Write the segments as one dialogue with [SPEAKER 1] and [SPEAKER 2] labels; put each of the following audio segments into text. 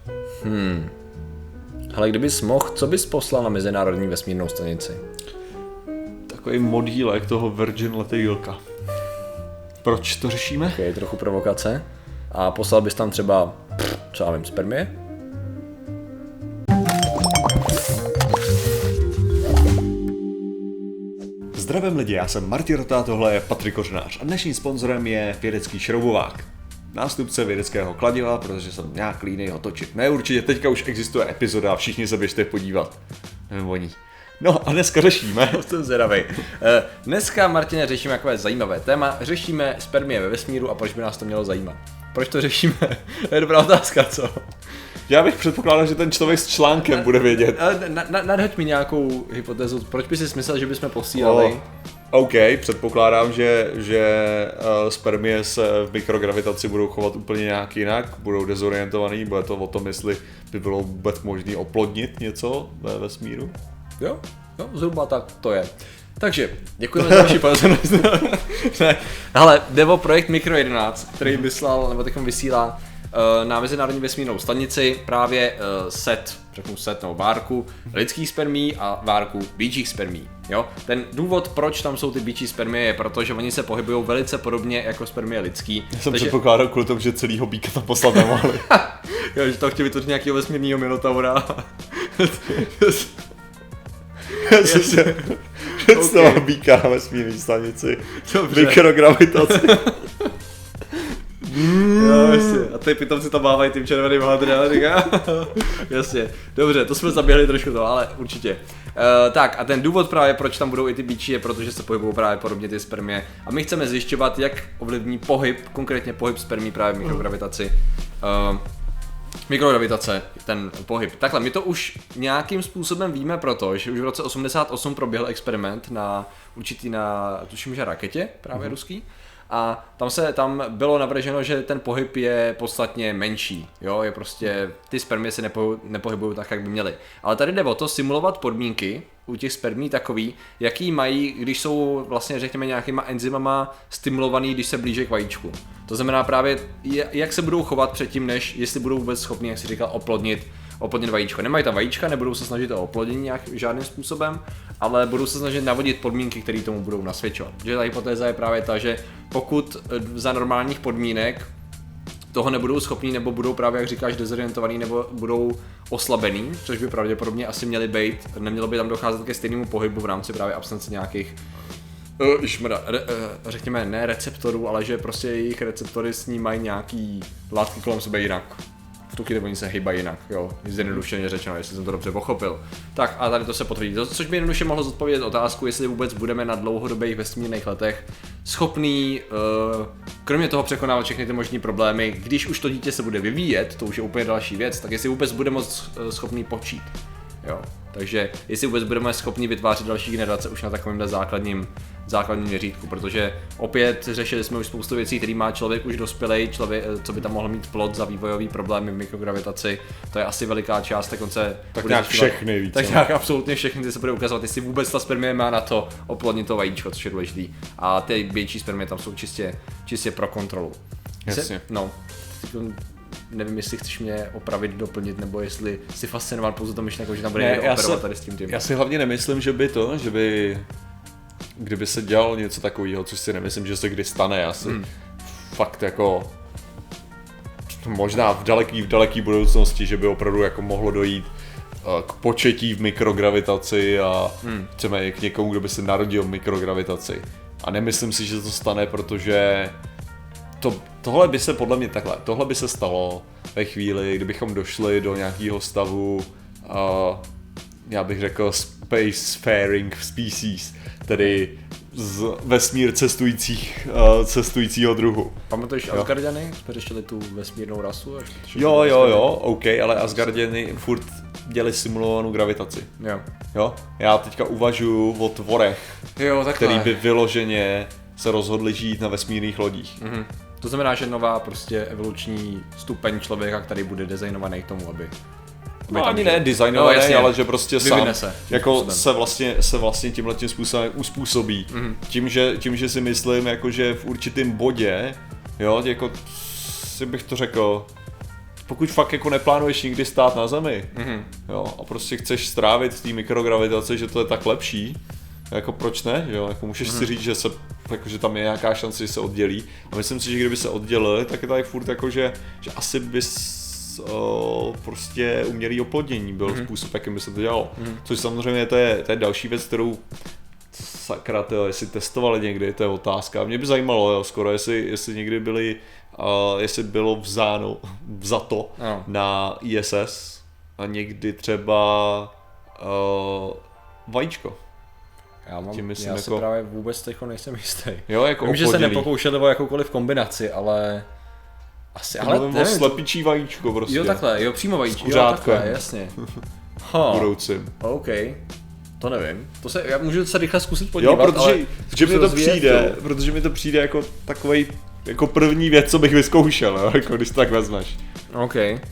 [SPEAKER 1] Ale kdybys mohl, co bys poslal na Mezinárodní vesmírnou stanici?
[SPEAKER 2] Takový modílek toho Virgin letadýlka. Proč to řešíme?
[SPEAKER 1] Je trochu provokace. A poslal bys tam třeba, co já vím, spermie?
[SPEAKER 2] Zdravím lidi, já jsem Martin Rota, tohle je Patrik Kořenář a dnešním sponzorem je vědecký šroubovák. Nástupce vědeckého kladiva, protože jsem nějak línej ho točit. Ne, určitě teďka už existuje epizoda a všichni se běžte podívat. Nevím o ní. No a dneska řešíme.
[SPEAKER 1] Jsem zvědavej. Dneska, Martine, řešíme takové zajímavé téma. Řešíme spermie ve vesmíru a proč by nás to mělo zajímat? Proč to řešíme? To je dobrá otázka, co?
[SPEAKER 2] Já bych předpokládal, že ten člověk s článkem bude vědět.
[SPEAKER 1] Nadhoď mi nějakou hypotézu, proč by si myslel, že bychom posílali?
[SPEAKER 2] OK, předpokládám, že spermie se v mikrogravitaci budou chovat úplně nějak jinak, budou dezorientovaný, bude to o tom, jestli by bylo vůbec možné oplodnit něco ve vesmíru.
[SPEAKER 1] Jo, zhruba tak to je. Takže, děkujeme za vaši pozornost. Ale jde o projekt Mikro 11, který vyslal, nebo teď vysílá na Mezinárodní vesmírnou stanici právě várku lidských spermí a várku býčích spermí. Jo? Ten důvod, proč tam jsou ty býčí spermie, je proto, že oni se pohybují velice podobně jako spermie lidský.
[SPEAKER 2] Já jsem předpokládal kvůli tomu, že celýho býka tam poslat nemohli.
[SPEAKER 1] Jo, že to chtěli vytvořit nějakého vesmírného minotaura.
[SPEAKER 2] Představa býka na vesmírné stanici. Mikrogravitaci.
[SPEAKER 1] Jo, jasně. A ty pitomci tam mávají tím červeným hadrem. Jasně. Dobře, to jsme zaběhli trošku to, ale určitě. Tak a ten důvod právě, proč tam budou i ty býči, je protože se pohybují právě podobně ty spermie. A my chceme zjišťovat, jak ovlivní pohyb, konkrétně pohyb spermí právě v mikrogravitaci. Mikrogravitace, ten pohyb. Takhle, my to už nějakým způsobem víme, protože už v roce 88 proběhl experiment tuším, že raketě právě ruský. A tam bylo navrženo, že ten pohyb je podstatně menší, jo, je prostě, ty spermie se nepohybují tak, jak by měly. Ale tady jde o to simulovat podmínky u těch spermí takový, jaký mají, když jsou vlastně řekněme nějakýma enzymama stimulovaný, když se blíží k vajíčku. To znamená právě, jak se budou chovat předtím, než jestli budou vůbec schopni, jak si říkal, oplodnit vajíčko. Nemají tam vajíčka, nebudou se snažit o oplodnění žádným způsobem, ale budou se snažit navodit podmínky, které tomu budou nasvědčovat. Protože ta hypotéza je právě ta, že pokud za normálních podmínek toho nebudou schopní, nebo budou právě, jak říkáš, dezorientovaný, nebo budou oslabený, což by pravděpodobně asi měly být, nemělo by tam docházet ke stejnému pohybu v rámci právě absence nějakých řekněme ne receptorů, ale že prostě jejich receptory snímají nějaký látky kolem sebe jinak. V tu chvíli oni se hýbají jinak, jo, zjednodušeně řečeno, jestli jsem to dobře pochopil. Tak a tady to se potvrdí, což by jednoduše mohlo zodpovědět otázku, jestli vůbec budeme na dlouhodobých vesmírných letech schopný, kromě toho překonávat všechny ty možné problémy, když už to dítě se bude vyvíjet, to už je úplně další věc, tak jestli vůbec budeme schopný počít. Jo. Takže jestli vůbec budeme schopni vytvářet další generace už na takovémhle základním měřítku, protože opět řešili jsme už spoustu věcí, který má člověk už dospělej, co by tam mohl mít plod za vývojový problémy v mikrogravitaci, to je asi veliká část, tak
[SPEAKER 2] nějak všechny víc.
[SPEAKER 1] Tak nějak absolutně všechny, ty se bude ukazovat, jestli vůbec ta spermie má na to oplodnit to vajíčko, což je důležitý. A ty větší spermie tam jsou čistě pro kontrolu.
[SPEAKER 2] Jasně.
[SPEAKER 1] Nevím, jestli chceš mě opravit, doplnit, nebo jestli jsi fascinoval pouze to myšlenkou, že tam bude někdo operovat tady s tím.
[SPEAKER 2] Já si hlavně nemyslím, že by kdyby se dělalo něco takového, což si nemyslím, že se kdy stane, asi fakt jako možná v daleký budoucnosti, že by opravdu jako mohlo dojít k početí v mikrogravitaci a chceme k někomu, kdo by se narodil v mikrogravitaci. A nemyslím si, že to stane, protože tohle by se podle mě tohle by se stalo ve chvíli, kdybychom došli do nějakého stavu, já bych řekl spacefaring species, tedy z vesmír cestujícího druhu.
[SPEAKER 1] Pamatuješ Asgardiany? Jsme řešili tu vesmírnou rasu?
[SPEAKER 2] Jo, OK, ale Asgardiany furt dělali simulovanou gravitaci. Jo? Já teďka uvažuji o tvorech, který by vyloženě se rozhodli žít na vesmírných lodích.
[SPEAKER 1] To znamená, že nová prostě evoluční stupeň člověka, který bude designovaný k tomu, aby
[SPEAKER 2] ani ne designovaný, ale že prostě sám jako se vlastně tímhletím způsobem uspůsobí. Tím, že si myslím, jako že v určitém bodě, jo, jako si bych to řekl, pokud fakt jako neplánuješ nikdy stát na Zemi, jo, a prostě chceš strávit v té mikrogravitaci, že to je tak lepší, jako proč ne, jo, jako můžeš si říct, že tam je nějaká šance, že se oddělí, a myslím si, že kdyby se oddělili, tak je tady furt jako, že asi bys prostě umělý oplodnění byl způsob, jakým by se to dělalo. Což samozřejmě to je další věc, kterou sakra, jestli testovali někdy, to je otázka. Mě by zajímalo, jo, skoro, jestli někdy byli, jestli bylo vzato na ISS a někdy třeba vajíčko.
[SPEAKER 1] Já si právě vůbec teďko nejsem jistý.
[SPEAKER 2] Jo, jako
[SPEAKER 1] vím, že se nepokoušeli o jakoukoliv kombinaci, ale asi,
[SPEAKER 2] ale nevím, slepičí vajíčko prostě.
[SPEAKER 1] Jo, takhle, jo, přímo vajíčko, jo, takhle, jasně.
[SPEAKER 2] Budoucím.
[SPEAKER 1] OK, to nevím. Já můžu se rychle zkusit podívat,
[SPEAKER 2] jo, protože mi to přijde jako takovej, jako první věc, co bych vyzkoušel, jo, jako když to tak vezmeš.
[SPEAKER 1] OK.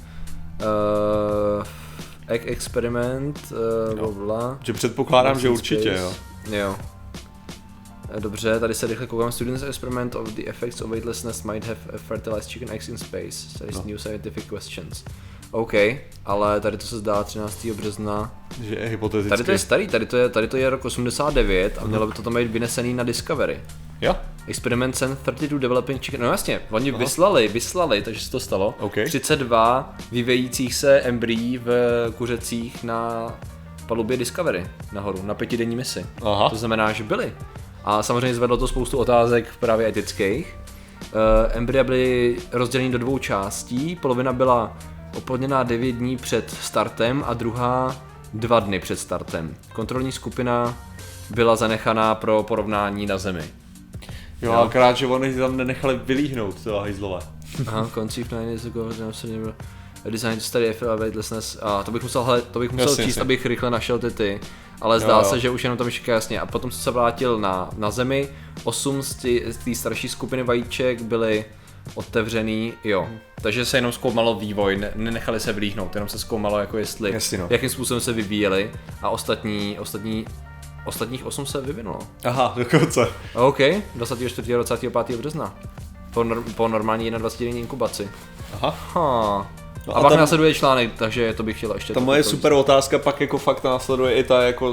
[SPEAKER 1] Experiment, blablabla.
[SPEAKER 2] Že předpokládám, že určitě, jo.
[SPEAKER 1] Jo. Dobře, tady se rychle koukám. Students experiment of the effects of weightlessness might have fertilized chicken eggs in space. There is new scientific questions. OK, ale tady to se zdá 13. března.
[SPEAKER 2] Že je hypoteticky.
[SPEAKER 1] Tady to je starý, tady to je rok 89 a mělo by to tam být vynesený na Discovery.
[SPEAKER 2] Jo.
[SPEAKER 1] Experiment Send 32 developing chicken. No jasně, oni vyslali, takže se to stalo.
[SPEAKER 2] Okay.
[SPEAKER 1] 32 vyvějících se embryí v kuřecích na palubě Discovery nahoru, na 5denní misi.
[SPEAKER 2] Aha.
[SPEAKER 1] To znamená, že byli. A samozřejmě zvedlo to spoustu otázek právě etických. Embrya byly rozděleny do 2 částí, polovina byla oplodněná 9 dní před startem a druhá 2 dny před startem. Kontrolní skupina byla zanechaná pro porovnání na Zemi.
[SPEAKER 2] Jo, akorát, že oni tam nenechali vylíhnout, to hajzlové.
[SPEAKER 1] Aha, conceived 9 years ago, designed to study weightlessness. A to bych musel číst, abych rychle našel ty. Ale zdá se, že už jenom tam ještě jasně. A potom se vrátil na Zemi, 8 z té starší skupiny vajíček byly otevřený, jo. Takže se jenom zkoumalo vývoj, nenechali se vlíhnout, jenom se zkoumalo jako jestli, jakým způsobem se vyvíjeli a ostatních 8 se vyvinulo.
[SPEAKER 2] Aha, dokonce.
[SPEAKER 1] OK, 24. a 25. března. Po normální 21 inkubaci.
[SPEAKER 2] Aha.
[SPEAKER 1] No a pak následuje článek, takže to bych chtěl ještě.
[SPEAKER 2] Ta moje super otázka pak jako fakt následuje i ta jako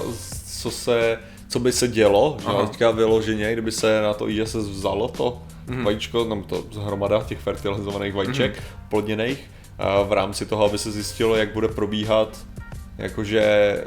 [SPEAKER 2] co by se dělo, že teďka vyloženě, kdyby se na to ISS vzalo to vajíčko, tam to hromada těch fertilizovaných vajíček, plodněných, v rámci toho, aby se zjistilo, jak bude probíhat jakože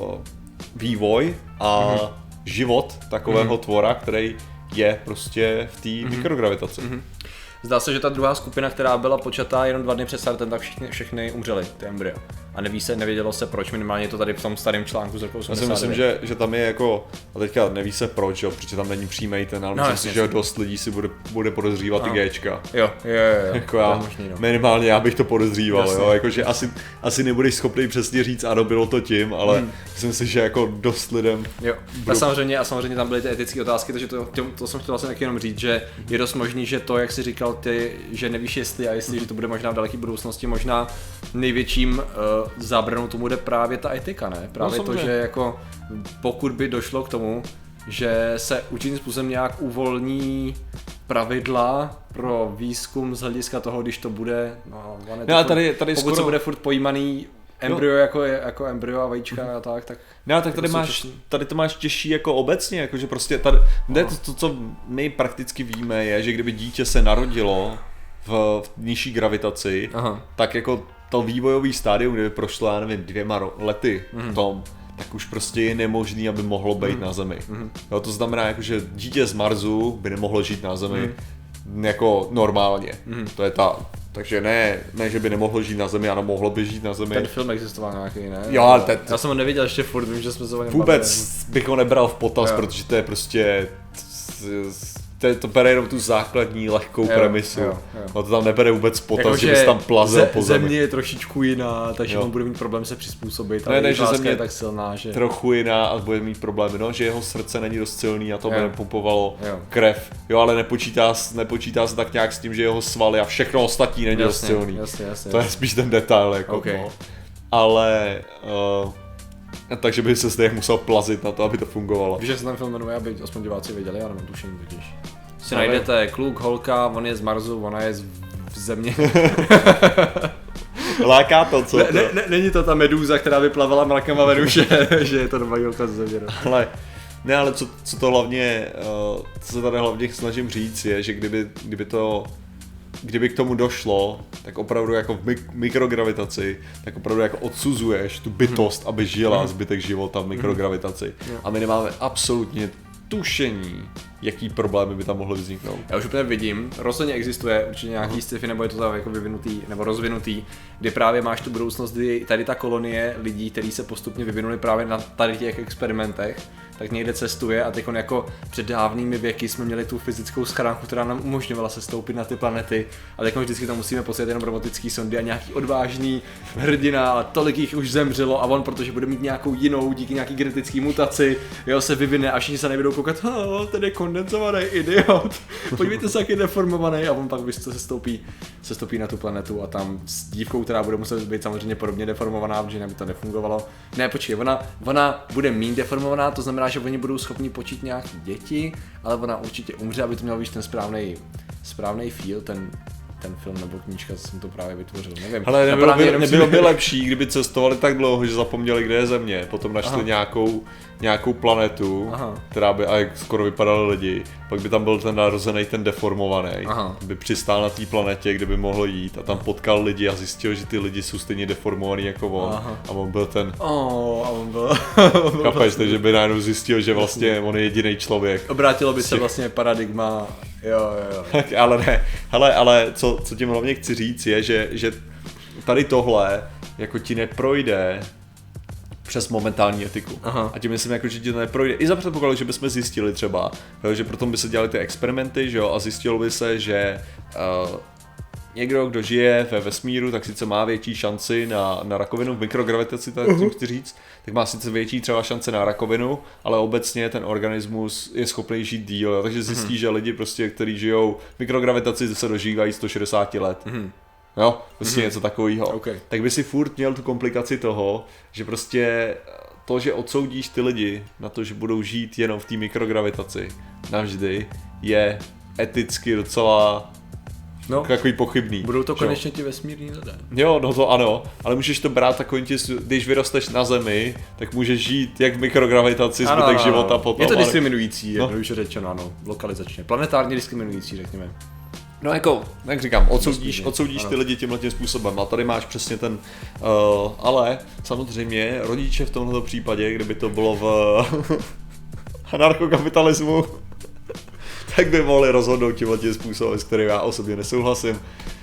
[SPEAKER 2] vývoj a život takového tvora, který je prostě v té mikrogravitaci.
[SPEAKER 1] Zdá se, že ta druhá skupina, která byla počatá jenom 2 dny před startem, tak všechny umřely, ty embryo. A nevědělo se proč, minimálně to tady v tom starém článku z roku 89.
[SPEAKER 2] Já si myslím, že tam je jako, a teďka neví se proč, jo, protože tam není přímý ten, ale myslím si, že dost lidí si bude podezřívat ty Gčka.
[SPEAKER 1] Jo.
[SPEAKER 2] Jako já, možný, no. Minimálně já bych to podezříval, jo, jakože asi nebudeš schopný přesně říct, ano, bylo to tím, ale myslím si, že jako dost lidem...
[SPEAKER 1] Jo, a samozřejmě tam byly ty etické otázky, takže to jsem chtěl vlastně taky jenom říct, že je dost možný, že to, jak jsi říkal ty, že nevíš jestli a jestli, že to bude možná v daleké budoucnosti, možná největším zábranou tomu bude právě ta etika, ne? Právě to, že jako pokud by došlo k tomu, že se určitým způsobem nějak uvolní pravidla pro výzkum z hlediska toho, když to bude, pokud se bude furt pojímaný embryo jako embryo a vajíčka a tak.
[SPEAKER 2] No, tak tady to máš těžší jako obecně, jakože prostě tady, to, co my prakticky víme, je, že kdyby dítě se narodilo v nižší gravitaci, tak jako to vývojový stádium, kdyby prošlo, já nevím, 2 lety v tom, tak už prostě je nemožný, aby mohlo být na Zemi. Jo, to znamená, jako, že dítě z Marsu by nemohlo žít na Zemi jako normálně. To je takže ne, že by nemohlo žít na Zemi, ano, mohlo by žít na Zemi.
[SPEAKER 1] Ten film existoval nějaký, ne?
[SPEAKER 2] Jo,
[SPEAKER 1] já jsem ho neviděl ještě furt, vím, že jsme se o něm
[SPEAKER 2] vůbec bych ho nebral v potaz, protože to je prostě... To bere jenom tu základní lehkou premisu. No to tam nebere vůbec potaz, jako, že bys tam plazil po zemi.
[SPEAKER 1] Země je trošičku jiná, takže on bude mít problém se přizpůsobit.
[SPEAKER 2] Ne, že země
[SPEAKER 1] je tak silná, že...
[SPEAKER 2] trochu jiná a bude mít problémy, no, že jeho srdce není dost silný a to by nepumpovalo krev. Jo, ale nepočítá se tak nějak s tím, že jeho svaly a všechno ostatní není dost silný.
[SPEAKER 1] Jasně.
[SPEAKER 2] To je spíš ten detail, jako no. Ale... takže by se zde musel plazit na to, aby to fungovalo.
[SPEAKER 1] Víš, že se ten film jmenuje, aby aspoň diváci věděli, já nevím, tuším, vidíš. Si najdete kluk, holka, on je z Marsu, ona je v Země.
[SPEAKER 2] Láká to, co?
[SPEAKER 1] Není to ta medúza, která vyplavala mrakem a Venuše, že je to nová jílka ze země.
[SPEAKER 2] Ale co to hlavně, co se tady hlavně snažím říct je, že kdyby k tomu došlo, tak opravdu jako v mikrogravitaci, tak opravdu jako odsuzuješ tu bytost, aby žila zbytek života v mikrogravitaci. A my nemáme absolutně tušení, jaký problémy by tam mohly vzniknout.
[SPEAKER 1] Já už úplně vidím, rozhodně existuje určitě nějaký sci-fi, nebo je to tak jako vyvinutý, nebo rozvinutý, kde právě máš tu budoucnost, kdy tady ta kolonie lidí, kteří se postupně vyvinuli právě na tady těch experimentech, tak někde cestuje a teď jako před dávnými věky jsme měli tu fyzickou schránku, která nám umožňovala se stoupit na ty planety a teď vždycky tam musíme posílat jenom robotický sondy a nějaký odvážný hrdina a tolik jich už zemřelo a on, protože bude mít nějakou jinou, díky nějaký genetický mutaci, jo, se vyvine a všichni se nebudou koukat, ten je kondenzovaný idiot, podívejte se, jak je deformovaný a on pak se stoupí na tu planetu a tam s dívkou, která bude muset být samozřejmě podobně deformovaná, protože jinak by to nefungovalo. Ne, počkej, ona bude méně deformovaná, to znamená, že oni budou schopni počít nějaký děti, ale ona určitě umře, aby to měl být ten správný feel, ten film nebo knížka, co jsem to právě vytvořil, nevím.
[SPEAKER 2] Ale nebylo by lepší, kdyby cestovali tak dlouho, že zapomněli, kde je Země, potom našli nějakou planetu, která by, a jak skoro vypadali lidi, pak by tam byl ten narozený, ten deformovaný, by přistál na té planetě, kde by mohl jít a tam potkal lidi a zjistil, že ty lidi jsou stejně deformovaný jako on a on byl ten... Chápeš, takže by najednou zjistil, že vlastně on je jediný člověk.
[SPEAKER 1] Obrátilo by se vlastně paradigma. Jo.
[SPEAKER 2] Ale ne, ale co tím hlavně chci říct je, že tady tohle jako ti neprojde přes momentální etiku. A tím myslím, jako, že ti to neprojde. I za předpokladu, že bychom zjistili třeba, že potom by se dělali ty experimenty, že jo, a zjistilo by se, že někdo, kdo žije ve vesmíru, tak sice má větší šanci na rakovinu v mikrogravitaci, tak tím chci říct, tak má sice větší třeba šance na rakovinu, ale obecně ten organismus je schopný žít díl, jo? Takže zjistí, že lidi prostě, kteří žijou v mikrogravitaci, se dožívají 160 let. Jo, prostě něco takového.
[SPEAKER 1] Okay.
[SPEAKER 2] Tak by si furt měl tu komplikaci toho, že prostě to, že odsoudíš ty lidi na to, že budou žít jenom v té mikrogravitaci navždy, je eticky docela takový pochybný.
[SPEAKER 1] Budou to konečně ti vesmírní lidé.
[SPEAKER 2] Jo, no to ano, ale můžeš to brát takovým když vyrosteš na Zemi, tak můžeš žít jak v mikrogravitaci zbytek života potom.
[SPEAKER 1] Je to diskriminující, jednoduše řečeno, ano, lokalizačně. Planetárně diskriminující, řekněme.
[SPEAKER 2] No jako, jak říkám, odsoudíš ty lidi tímhletím způsobem a tady máš přesně ten, ale samozřejmě rodiče v tomto případě, kdyby to bylo v anarchokapitalismu, tak by mohli rozhodnout tímhletím způsobem, s kterým já osobně nesouhlasím.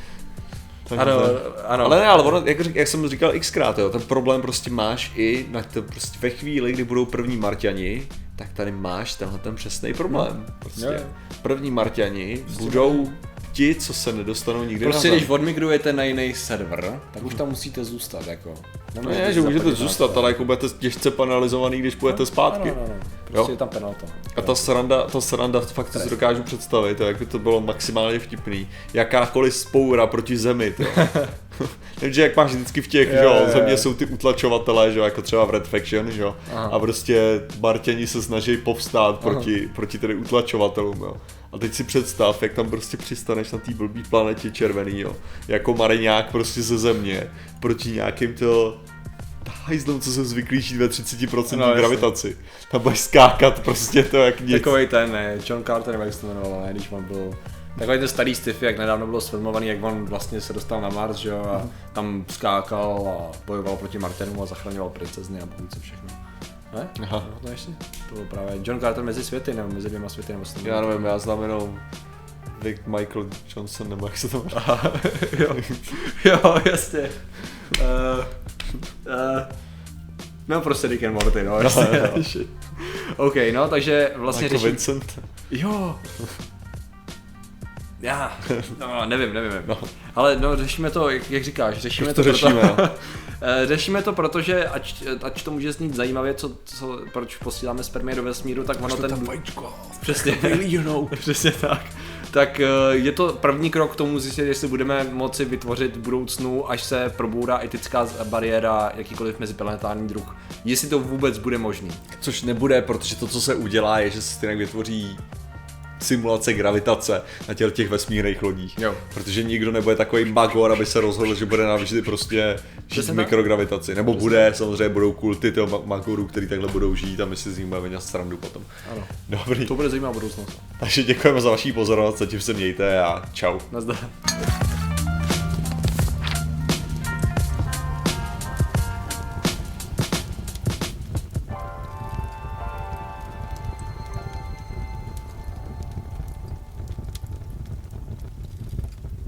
[SPEAKER 1] Ano.
[SPEAKER 2] Ale ono, jak jsem říkal xkrát, jo, ten problém prostě máš i na to, prostě ve chvíli, kdy budou první Marťani, tak tady máš tenhle ten přesný problém. Prostě. První Marťani budou ti, co se nedostanou nikdy
[SPEAKER 1] prostě
[SPEAKER 2] na Zem.
[SPEAKER 1] Když odmigrujete na jiný server, tak už tam musíte zůstat, jako.
[SPEAKER 2] Ne, že můžete zůstat, ale jako budete těžce penalizovaný, když půjdete zpátky.
[SPEAKER 1] No. Prostě je tam penalta.
[SPEAKER 2] A ta sranda fakt si dokážu představit, jak by to bylo maximálně vtipný. Jakákoliv spoura proti Zemi, Takže jak máš vždycky v těch, země jsou ty utlačovatelé, že jako třeba v Red Faction, že jo. A prostě Marťani se snaží povstát proti tedy utlačovatelům, jo. A teď si představ, jak tam prostě přistaneš na té blbý planetě červený, jo. Jako mariňák prostě ze Země, proti nějakým hajzlům, co jsou zvyklí žít ve 30% gravitaci. Tam budeš skákat prostě to jak nic.
[SPEAKER 1] Takovej John Carter, jak se to jmenoval, když on byl takový ten starý sci-fi, jak nedávno bylo sfilmovaný, jak on vlastně se dostal na Mars, že jo, a tam skákal a bojoval proti Martianům a zachraňoval princezny a bohu co všechno. Ne?
[SPEAKER 2] Aha.
[SPEAKER 1] No, to ještě? To byl právě John Carter mezi světy, nebo mezi dvěma světy, nebo
[SPEAKER 2] já nevím, já znám jenom Michael Johnson, nebo jak se to jmenuje.
[SPEAKER 1] Jo, jasně. No prostě Rick and Morty, no jasně. OK, no takže vlastně
[SPEAKER 2] Michael Vincent.
[SPEAKER 1] Jo. Nevím. No. Ale řešíme to, jak říkáš, řešíme to, protože ať to může znít zajímavě, proč posíláme spermie do vesmíru, tak ono ten
[SPEAKER 2] vajíčko.
[SPEAKER 1] Přesně. Přesně tak. Tak je to první krok k tomu zjistit, jestli budeme moci vytvořit v budoucnu, až se probourá etická bariéra jakýkoliv meziplanetární druh. Jestli to vůbec bude možný.
[SPEAKER 2] Což nebude, protože to, co se udělá, je, že se stejně vytvoří simulace gravitace na těch vesmírných lodích.
[SPEAKER 1] Jo.
[SPEAKER 2] Protože nikdo nebude takový magor, aby se rozhodl, že bude navždy prostě žít v mikrogravitaci. Nebo bude, samozřejmě budou kulty toho magorů, který takhle budou žít a my si z nich budeme dělat srandu potom.
[SPEAKER 1] Ano.
[SPEAKER 2] Dobrý.
[SPEAKER 1] To bude zajímavá budoucnost.
[SPEAKER 2] Takže děkujeme za vaši pozornost, zatím se mějte a čau.
[SPEAKER 1] Nazdar.